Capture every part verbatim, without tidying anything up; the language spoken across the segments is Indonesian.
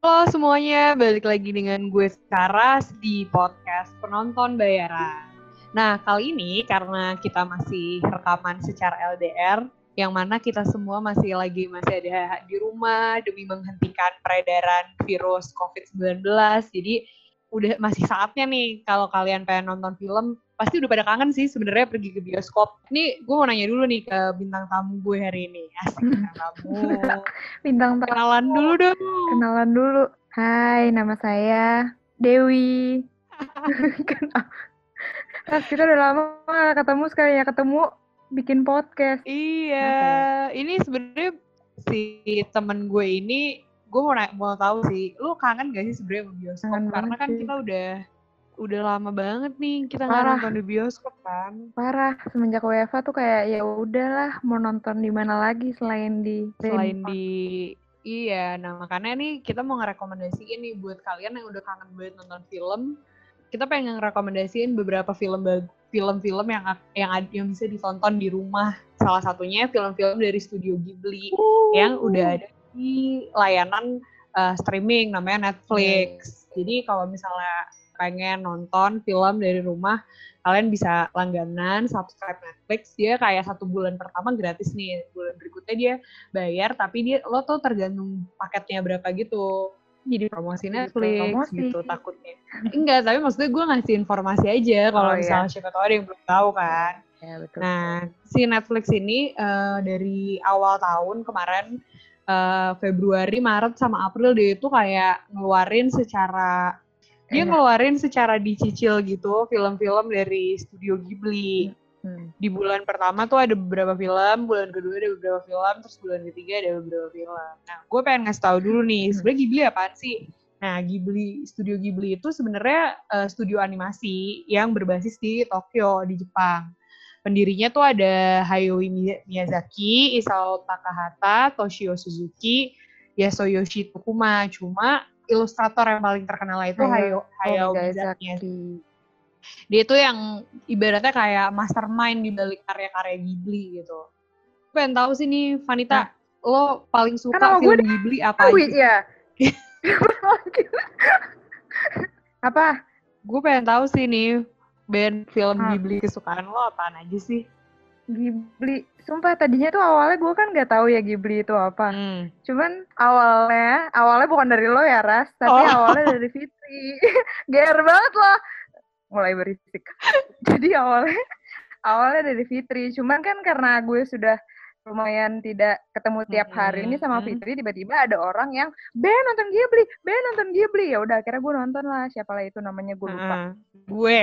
Halo semuanya, balik lagi dengan gue Saras di podcast Penonton Bayaran. Nah, kali ini karena kita masih rekaman secara L D R, yang mana kita semua masih lagi masih ada di rumah demi menghentikan peredaran virus covid sembilan belas. Jadi udah masih saatnya nih kalau kalian pengen nonton film, pasti udah pada kangen sih sebenarnya pergi ke bioskop. Nih gue mau nanya dulu nih ke bintang tamu gue hari ini. Asik bintang tamu. Bintang tamu. Kenalan dulu dong. Kenalan dulu. Hai, nama saya Dewi. Mas, kita udah lama gak ketemu, sekali ya ketemu bikin podcast. Iya, ya? ini sebenarnya si temen gue ini, gue mau na- mau tahu sih, lu kangen gak sih sebenarnya bioskop? Kangen Karena banget kan sih. kita udah udah lama banget nih kita nggak Parah. nonton di bioskop kan. Parah, semenjak W F H tuh kayak ya udahlah, mau nonton di mana lagi selain di Selain Rainbow. di iya, nah makanya nih kita mau ngerekomendasiin nih buat kalian yang udah kangen banget nonton film. Kita pengen ngerekomendasiin beberapa film film-film yang yang yang bisa ditonton di rumah. Salah satunya film-film dari Studio Ghibli uh. yang udah ada di layanan uh, streaming namanya Netflix. Hmm. Jadi kalau misalnya pengen nonton film dari rumah, kalian bisa langganan subscribe Netflix. Dia kayak satu bulan pertama gratis nih, bulan berikutnya dia bayar, tapi dia lo tuh tergantung paketnya berapa gitu. Jadi promosi Netflix promosi. Gitu takutnya. Enggak, tapi maksudnya gue ngasih informasi aja kalau oh, misalnya iya. Siapa tahu ada yang belum tahu kan. Ya, betul. Nah, si Netflix ini uh, dari awal tahun kemarin uh, Februari, Maret sama April dia itu kayak ngeluarin secara dia Enak. ngeluarin secara dicicil gitu film-film dari Studio Ghibli. Hmm. Di bulan pertama tuh ada beberapa film, bulan kedua ada beberapa film, terus bulan ketiga ada beberapa film. Nah, gue pengen ngasih tahu dulu nih, sebenarnya Ghibli apaan sih? Nah, Ghibli, Studio Ghibli itu sebenarnya uh, studio animasi yang berbasis di Tokyo, di Jepang. Pendirinya tuh ada Hayao Miyazaki, Isao Takahata, Toshio Suzuki, Yasuyoshi Tokuma. Cuma ilustrator yang paling terkenal itu Hayao, Hayao Miyazaki. Dia itu yang ibaratnya kayak mastermind di balik karya-karya Ghibli gitu. Gue pengen tahu sih nih, Vanita, nah, lo paling suka kan film Ghibli apa aja? Ya. Apa? Gue pengen tahu sih nih, band film hmm. Ghibli kesukaan lo apaan aja sih? Ghibli, sumpah tadinya tuh awalnya gue kan nggak tahu ya Ghibli itu apa. Hmm. Cuman awalnya, awalnya bukan dari lo ya Ras, tapi oh. awalnya dari Fitri. Ger banget loh. Mulai berisik. Jadi awalnya awalnya dari Fitri. Cuman kan karena gue sudah lumayan tidak ketemu tiap hari hmm. ini sama Fitri, tiba-tiba ada orang yang Ben nonton Ghibli, Ben nonton Ghibli. Ya udah akhirnya gue nonton lah. Siapalah itu namanya, gue lupa. Uh, gue.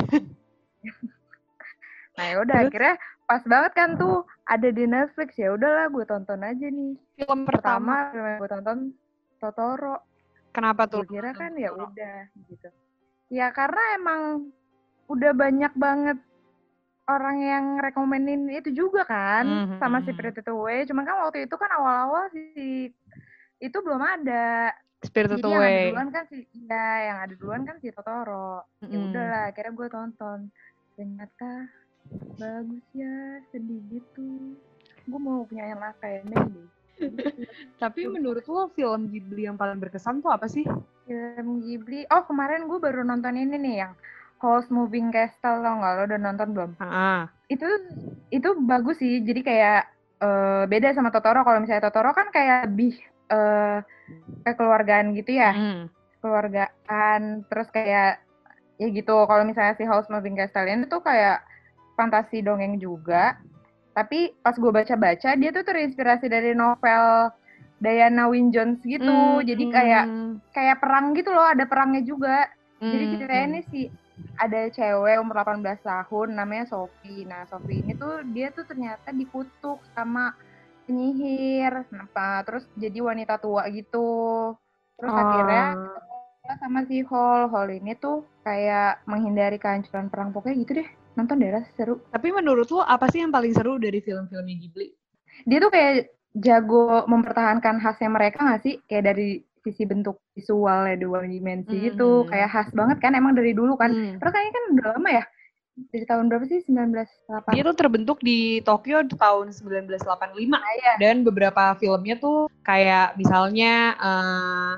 Nah ya udah akhirnya pas banget kan tuh ada di Netflix, ya udahlah gue tonton aja nih. Film pertama, pertama film yang gue tonton Totoro. Kenapa tuh? Gue kira kan ya udah gitu. Ya karena emang udah banyak banget orang yang rekomenin itu juga kan, mm-hmm. sama si Spirited Away. Cuman kan waktu itu kan awal-awal sih itu belum ada. Spirited Jadi Away. yang ada duluan kan si ya, yang ada duluan kan si Totoro. Mm-hmm. Ya udahlah, akhirnya gue tonton. Ternyata bagus ya, sedih gitu. Gue mau punya yang kayak Mandy. Tapi menurut lo film Ghibli yang paling berkesan tuh apa sih? Film Ghibli, oh kemarin gue baru nonton ini nih yang Howl's Moving Castle, tau nggak? Lo udah nonton belum? Ah. Itu itu bagus sih, jadi kayak uh, beda sama Totoro. Kalau misalnya Totoro kan kayak lebih uh, kekeluargaan gitu ya, mm. keluargaan, terus kayak ya gitu. Kalau misalnya si Howl's Moving Castle ini tuh kayak fantasi dongeng juga. Tapi pas gue baca-baca, dia tuh terinspirasi dari novel Diana Wynne Jones gitu. Mm, Jadi kayak mm. kayak perang gitu loh, ada perangnya juga. Mm, Jadi ceritanya mm. nih si ada cewek umur delapan belas tahun namanya Sophie. Nah, Sophie ini tuh dia tuh ternyata dikutuk sama penyihir. Kenapa? Terus jadi wanita tua gitu. Terus oh. akhirnya sama si Hall. Hall ini tuh kayak menghindari kehancuran perang, pokoknya gitu deh. Nonton deh, seru. Tapi menurut lo apa sih yang paling seru dari film-filmnya Ghibli? Dia tuh kayak jago mempertahankan khasnya mereka nggak sih? Kayak dari sisi bentuk visualnya dua dimensi mm-hmm. gitu. Kayak khas banget kan emang dari dulu kan. Mm. Terus kayaknya kan udah lama ya? Dari tahun berapa sih? sembilan belas delapan Dia tuh terbentuk di Tokyo tahun sembilan belas delapan puluh lima. Nah, iya. Dan beberapa filmnya tuh kayak misalnya uh,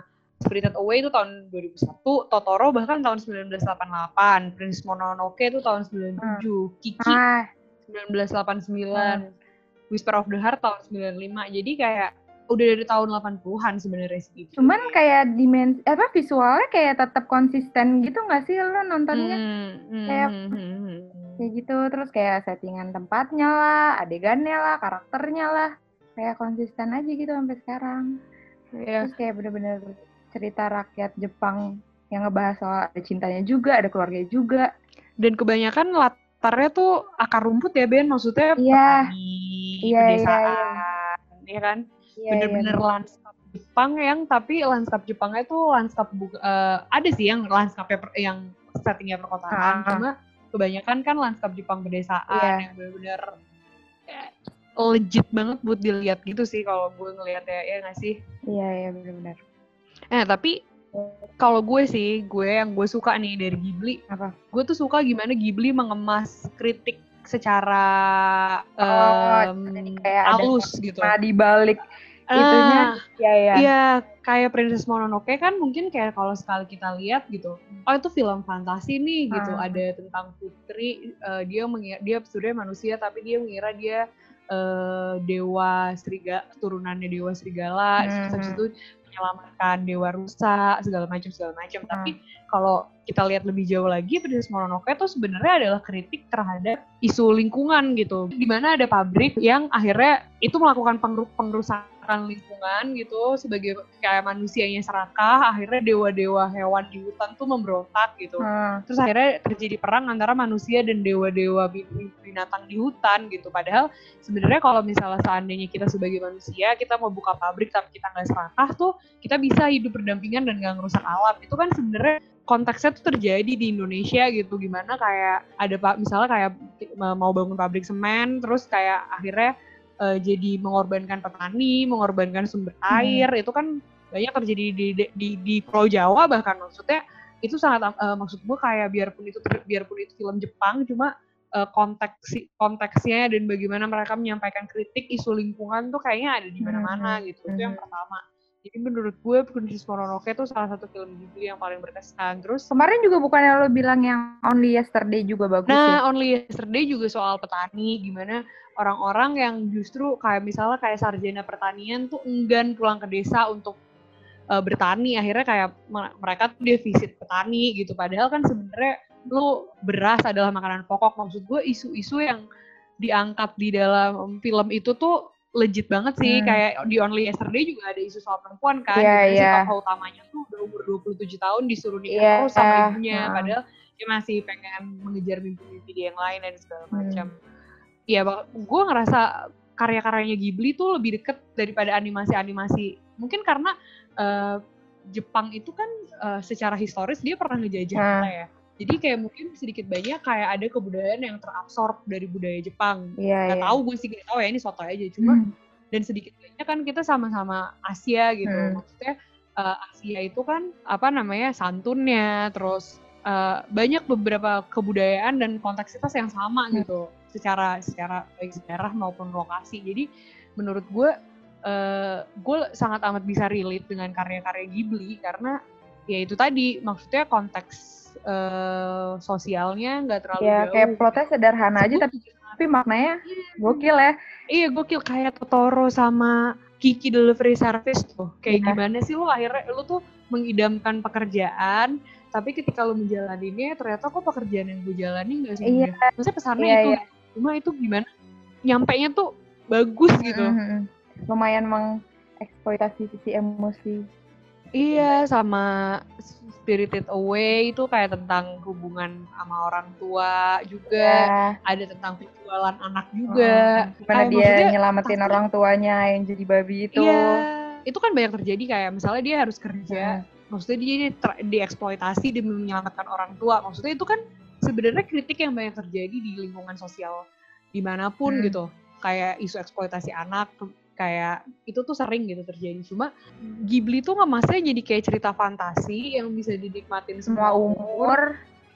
Spirited Away itu tahun dua ribu satu, Totoro bahkan tahun sembilan belas delapan puluh delapan, Princess Mononoke itu tahun sembilan puluh tujuh, hmm. Kiki ah. sembilan belas delapan puluh sembilan, hmm. Whisper of the Heart tahun sembilan puluh lima. Jadi kayak udah dari tahun delapan puluhan sebenarnya sih. Cuman kayak dimensi apa visualnya kayak tetap konsisten gitu nggak sih lo nontonnya? Hmm, hmm, kayak hmm, hmm. kayak gitu, terus kayak settingan tempatnya lah, adegannya lah, karakternya lah, kayak konsisten aja gitu sampai sekarang. Yeah. Terus kayak bener-bener cerita rakyat Jepang yang ngebahas soal ada cintanya juga, ada keluarganya juga. Dan kebanyakan latarnya tuh akar rumput ya Ben, maksudnya yeah. petani, yeah, pedesaan, yeah, yeah. ya kan? Yeah, bener-bener yeah. lanskap Jepang yang tapi lanskap Jepangnya tuh lanskap uh, ada sih yang lanskapnya per, yang settingnya perkotaan, uh-huh. cuma kebanyakan kan lanskap Jepang pedesaan yeah. yang bener-bener ya, legit banget buat dilihat gitu sih kalau gue ngelihat ya, ya nggak sih? Iya yeah, iya yeah, benar-benar. Eh tapi kalau gue sih, gue yang gue suka nih dari Ghibli, apa? Gue tuh suka gimana Ghibli mengemas kritik secara oh, um, kayak halus ada gitu. Di balik itunya, ah, ya ya. Iya, kayak Princess Mononoke kan mungkin kayak kalau sekali kita lihat gitu, oh itu film fantasi nih gitu, hmm. ada tentang putri, uh, dia mengira dia sebenarnya manusia tapi dia mengira dia uh, dewa serigala, turunannya dewa serigala, hmm. terus habis itu menyelamatkan dewa rusa segala macam segala macam. Hmm. Tapi kalau kita lihat lebih jauh lagi, Princess Mononoke itu sebenarnya adalah kritik terhadap isu lingkungan gitu. Di mana ada pabrik yang akhirnya itu melakukan pengrusakan lingkungan gitu, sebagai kayak manusianya serakah, akhirnya dewa-dewa hewan di hutan tuh memberontak gitu. Hmm. Terus akhirnya terjadi perang antara manusia dan dewa-dewa binatang di hutan gitu. Padahal sebenarnya kalau misalnya seandainya kita sebagai manusia, kita mau buka pabrik tapi kita nggak serakah tuh, kita bisa hidup berdampingan dan nggak ngerusak alam. Itu kan sebenarnya konteksnya tuh terjadi di Indonesia gitu, gimana kayak ada pak misalnya kayak mau bangun pabrik semen, terus kayak akhirnya uh, jadi mengorbankan petani, mengorbankan sumber air, hmm. itu kan banyak terjadi di di, di di Pulau Jawa bahkan. Maksudnya itu sangat uh, maksud gue kayak biarpun itu biarpun itu film Jepang, cuma uh, konteks konteksnya dan bagaimana mereka menyampaikan kritik isu lingkungan tuh kayaknya ada di mana-mana hmm. gitu. Itu yang pertama. Jadi menurut gue Princess Mononoke itu salah satu film Ghibli yang paling berkesan. Terus kemarin juga bukannya lo bilang yang Only Yesterday juga bagus nah, ya? Nah, Only Yesterday juga soal petani, gimana orang-orang yang justru kayak misalnya kayak sarjana pertanian tuh enggan pulang ke desa untuk uh, bertani. Akhirnya kayak mereka tuh defisit petani gitu. Padahal kan sebenarnya lo beras adalah makanan pokok. Maksud gue isu-isu yang diangkat di dalam film itu tuh legit banget sih, hmm. kayak di Only Yesterday juga ada isu soal perempuan kan, yeah, gimana yeah. si tokoh utamanya tuh udah umur dua puluh tujuh tahun disuruh nikah yeah. terus sama ibunya, uh. padahal dia masih pengen mengejar mimpi-mimpi dia yang lain dan segala macam. Iya, hmm. gue ngerasa karya-karyanya Ghibli tuh lebih deket daripada animasi-animasi, mungkin karena uh, Jepang itu kan uh, secara historis dia pernah ngejajah uh. kita ya. Jadi kayak mungkin sedikit banyak kayak ada kebudayaan yang terabsorb dari budaya Jepang. Yeah, gak yeah. tahu gue sih gak tahu ya, ini soto aja. Cuma hmm. dan sedikit banyak kan kita sama-sama Asia gitu. Hmm. Maksudnya uh, Asia itu kan apa namanya santunnya, terus uh, banyak beberapa kebudayaan dan kompleksitas yang sama hmm. gitu. Secara secara baik sejarah maupun lokasi. Jadi menurut gue uh, gue sangat amat bisa relate dengan karya-karya Ghibli karena ya itu tadi maksudnya konteks Uh, sosialnya nggak terlalu ya, jauh. Kayak plotnya sederhana aja tapi, tapi maknanya gokil ya. Iya gokil, kayak Totoro sama Kiki Delivery Service tuh. Kayak yeah. gimana sih lo akhirnya lo tuh mengidamkan pekerjaan, tapi ketika lo menjalaninya ternyata kok pekerjaan yang gue jalani nggak semudah. Yeah. Maksudnya pesannya yeah, itu, yeah. cuma itu gimana? Nyampainya tuh bagus gitu. Mm-hmm. Lumayan mengeksploitasi sisi emosi. Iya, sama Spirited Away itu kayak tentang hubungan sama orang tua juga, yeah. ada tentang penjualan anak juga. Oh, gimana dia nyelamatin orang tuanya yang jadi babi itu. Iya, itu kan banyak terjadi kayak misalnya dia harus kerja, hmm. maksudnya dia ter- dieksploitasi demi menyelamatkan orang tua. Maksudnya itu kan sebenarnya kritik yang banyak terjadi di lingkungan sosial dimanapun hmm. gitu. Kayak isu eksploitasi anak, kayak itu tuh sering gitu terjadi. Cuma Ghibli tuh ngemasnya jadi kayak cerita fantasi yang bisa dinikmatin semua umur.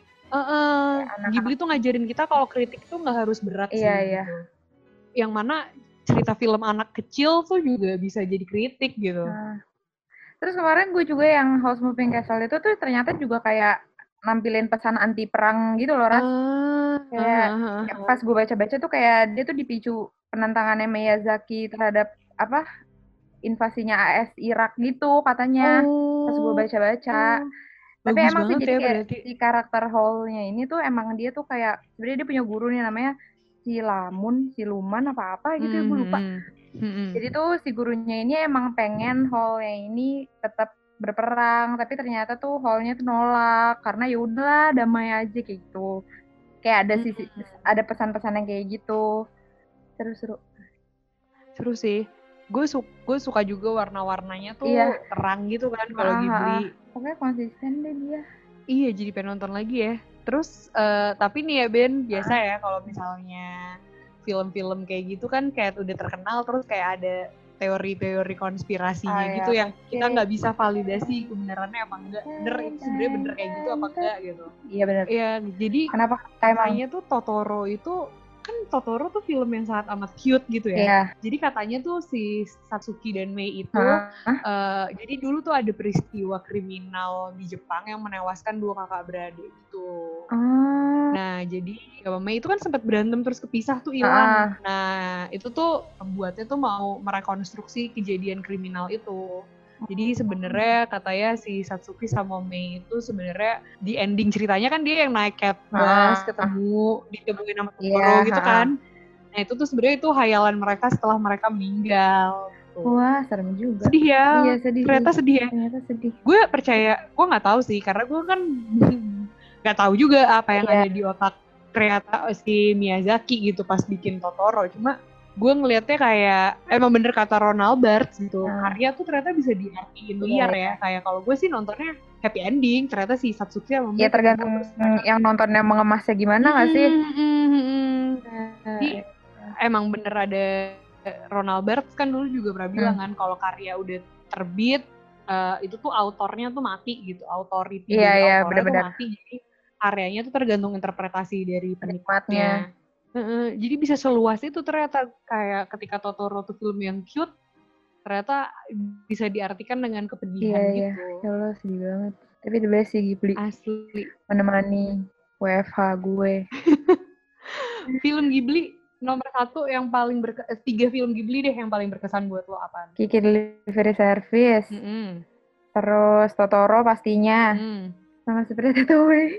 Uh-uh. Ghibli tuh ngajarin kita kalau kritik tuh nggak harus berat iya, sih. Iya. Gitu. Yang mana cerita film anak kecil tuh juga bisa jadi kritik gitu. Nah. Terus kemarin gue juga yang House Moving Castle itu tuh ternyata juga kayak nampilin pesan anti perang gitu loh, Ras. Ah, kayak ah, ah, ya, ah. pas gue baca-baca tuh kayak dia tuh dipicu penentangannya Miyazaki terhadap apa invasinya A S Irak gitu katanya. Oh, pas gue baca-baca. oh, Tapi bagus emang sih banget jadi ya kayak berarti. si karakter Hall-nya ini tuh emang dia tuh kayak sebenarnya dia punya guru nih namanya si Lamun, si Luman apa-apa gitu ya gue lupa. Mm-hmm. Jadi tuh si gurunya ini emang pengen Hall-nya ini tetap berperang, tapi ternyata tuh Hall-nya tuh nolak karena ya udahlah damai aja kayak gitu. Kayak ada sisi ada pesan-pesan yang kayak gitu. Seru-seru. Seru sih. Gue su gue suka juga warna-warnanya tuh iya. terang gitu kan kalau Ghibli. Pokoknya konsisten deh dia. Iya, jadi pengen nonton lagi ya. Terus uh, tapi nih ya Ben, biasa ya kalau misalnya film-film kayak gitu kan kayak udah terkenal terus kayak ada teori-teori konspirasinya ah, gitu ya, yang kita nggak bisa validasi kebenarannya apa enggak. Bener itu sebenarnya bener kayak gitu apa enggak gitu. Iya bener. Iya, jadi kenapa katanya tuh Totoro itu kan Totoro tuh film yang sangat amat cute gitu ya. Iya. Jadi katanya tuh si Satsuki dan Mei itu, uh, jadi dulu tuh ada peristiwa kriminal di Jepang yang menewaskan dua kakak beradik gitu. Uh. Nah, jadi sama Mei itu kan sempat berantem terus kepisah tuh hilang. Uh. Nah, itu tuh pembuatnya tuh mau merekonstruksi kejadian kriminal itu. Jadi sebenarnya katanya si Satsuki sama Mei itu sebenarnya di ending ceritanya kan dia yang naik cat bus, ah, ketemu, ditemuin sama Totoro yeah, gitu kan. Nah itu tuh sebenarnya itu hayalan mereka setelah mereka meninggal. Tuh. Wah serem juga. Sedih ya. Iya sedih. Ternyata sedih ya. Ternyata sedih. Gue percaya, gue nggak tahu sih karena gue kan nggak tahu juga apa yang yeah. ada di otak kreator si Miyazaki gitu pas bikin Totoro. Cuma gue ngelihatnya kayak emang bener kata Ronald Barthes gitu, hmm. karya tuh ternyata bisa diartiin liar yeah. ya. Kayak kalau gue sih nontonnya happy ending, ternyata si Satsuki sama ya tergantung yang nontonnya mengemasnya gimana nggak hmm, sih? Hmm, hmm, hmm. Jadi uh, emang bener ada Ronald Barthes kan dulu juga pernah bilang hmm. kan kalau karya udah terbit uh, itu tuh autornya tuh mati gitu, authority yeah, dari yeah, autornya bener-bener. Tuh mati. Jadi karyanya tuh tergantung interpretasi dari penikmatnya. Uh, jadi bisa seluas itu ternyata kayak ketika Totoro tuh film yang cute ternyata bisa diartikan dengan kepedihan iya, gitu. Iya, ya Allah sedih banget. Tapi the best sih Ghibli. Asli. Menemani W F H gue. Film Ghibli nomor satu yang paling berkesan, tiga film Ghibli deh yang paling berkesan buat lo apaan? Kiki Delivery Service. Mm-hmm. Terus Totoro pastinya. Mm. Sama Spirited Away.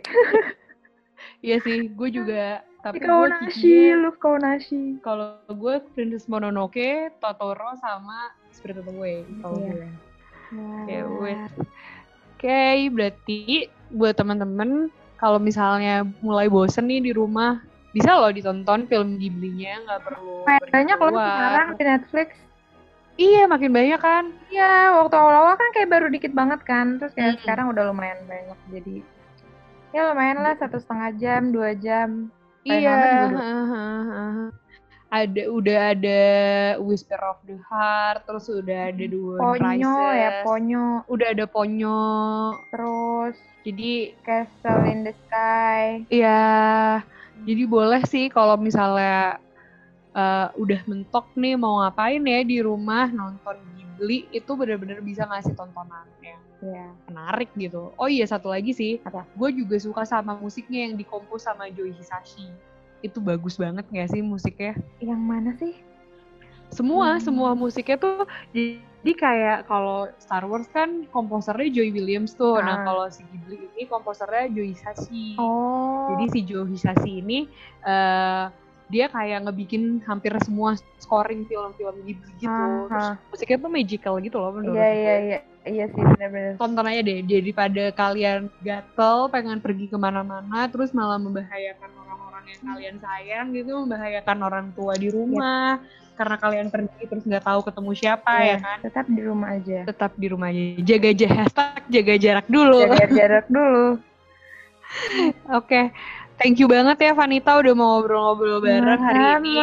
Iya sih, gue juga. Tapi Kaunashi, love Kaunashi. Kalau gue Princess Mononoke, Totoro sama Spirited Away. Kalau yeah. gue. Oke, okay, okay, berarti buat teman-teman kalau misalnya mulai bosen nih di rumah, bisa loh ditonton film Ghibli-nya, nggak perlu banyak loh sekarang di Netflix. Iya, makin banyak kan? Iya, waktu awal-awal kan kayak baru dikit banget kan, terus kayak hmm. sekarang udah lumayan banyak, jadi ya lumayan lah satu setengah jam, dua jam. Iya, uh, ada udah ada Whisper of the Heart, terus udah ada Dua Ponyo ya, Ponyo. Udah ada Ponyo. Terus jadi Castle in the Sky. Iya, jadi boleh sih kalau misalnya uh, udah mentok nih mau ngapain ya di rumah nonton Ghibli itu benar-benar bisa ngasih tontonan yang yeah. menarik gitu. Oh iya satu lagi sih, gue juga suka sama musiknya yang dikompos sama Joe Hisaishi. Itu bagus banget nggak sih musiknya? Yang mana sih? Semua, hmm. semua musiknya tuh jadi kayak kalau Star Wars kan komposernya Joe Williams tuh. Ah. Nah kalau si Ghibli ini komposernya Joe Hisaishi. Oh. Jadi si Joe Hisaishi ini uh, dia kayak ngebikin hampir semua scoring film-film Ghibli gitu. Ah, Terus ah. musiknya tuh magical gitu loh menurut Iya, gue. iya, iya. Iya sih benar-benar. Tonton aja deh, daripada kalian gatel pengen pergi kemana-mana terus malah membahayakan orang-orang yang kalian sayang gitu, membahayakan orang tua di rumah yep. karena kalian pergi terus nggak tahu ketemu siapa yeah, ya kan? Tetap di rumah aja. Tetap di rumah aja. Jaga hashtag jaga jarak dulu. Jaga jarak dulu. Oke, okay. Thank you banget ya Vanita udah mau ngobrol-ngobrol bareng hari ini.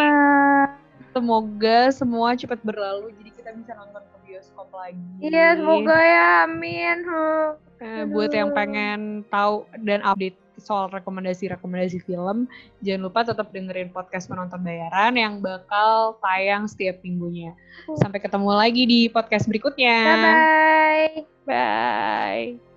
Semoga semua cepat berlalu jadi kita bisa nonton ke bioskop lagi. Iya, semoga ya, amin. Eh, buat yang pengen tahu dan update soal rekomendasi-rekomendasi film, jangan lupa tetap dengerin podcast Penonton Bayaran yang bakal tayang setiap minggunya. Sampai ketemu lagi di podcast berikutnya. Bye-bye. Bye.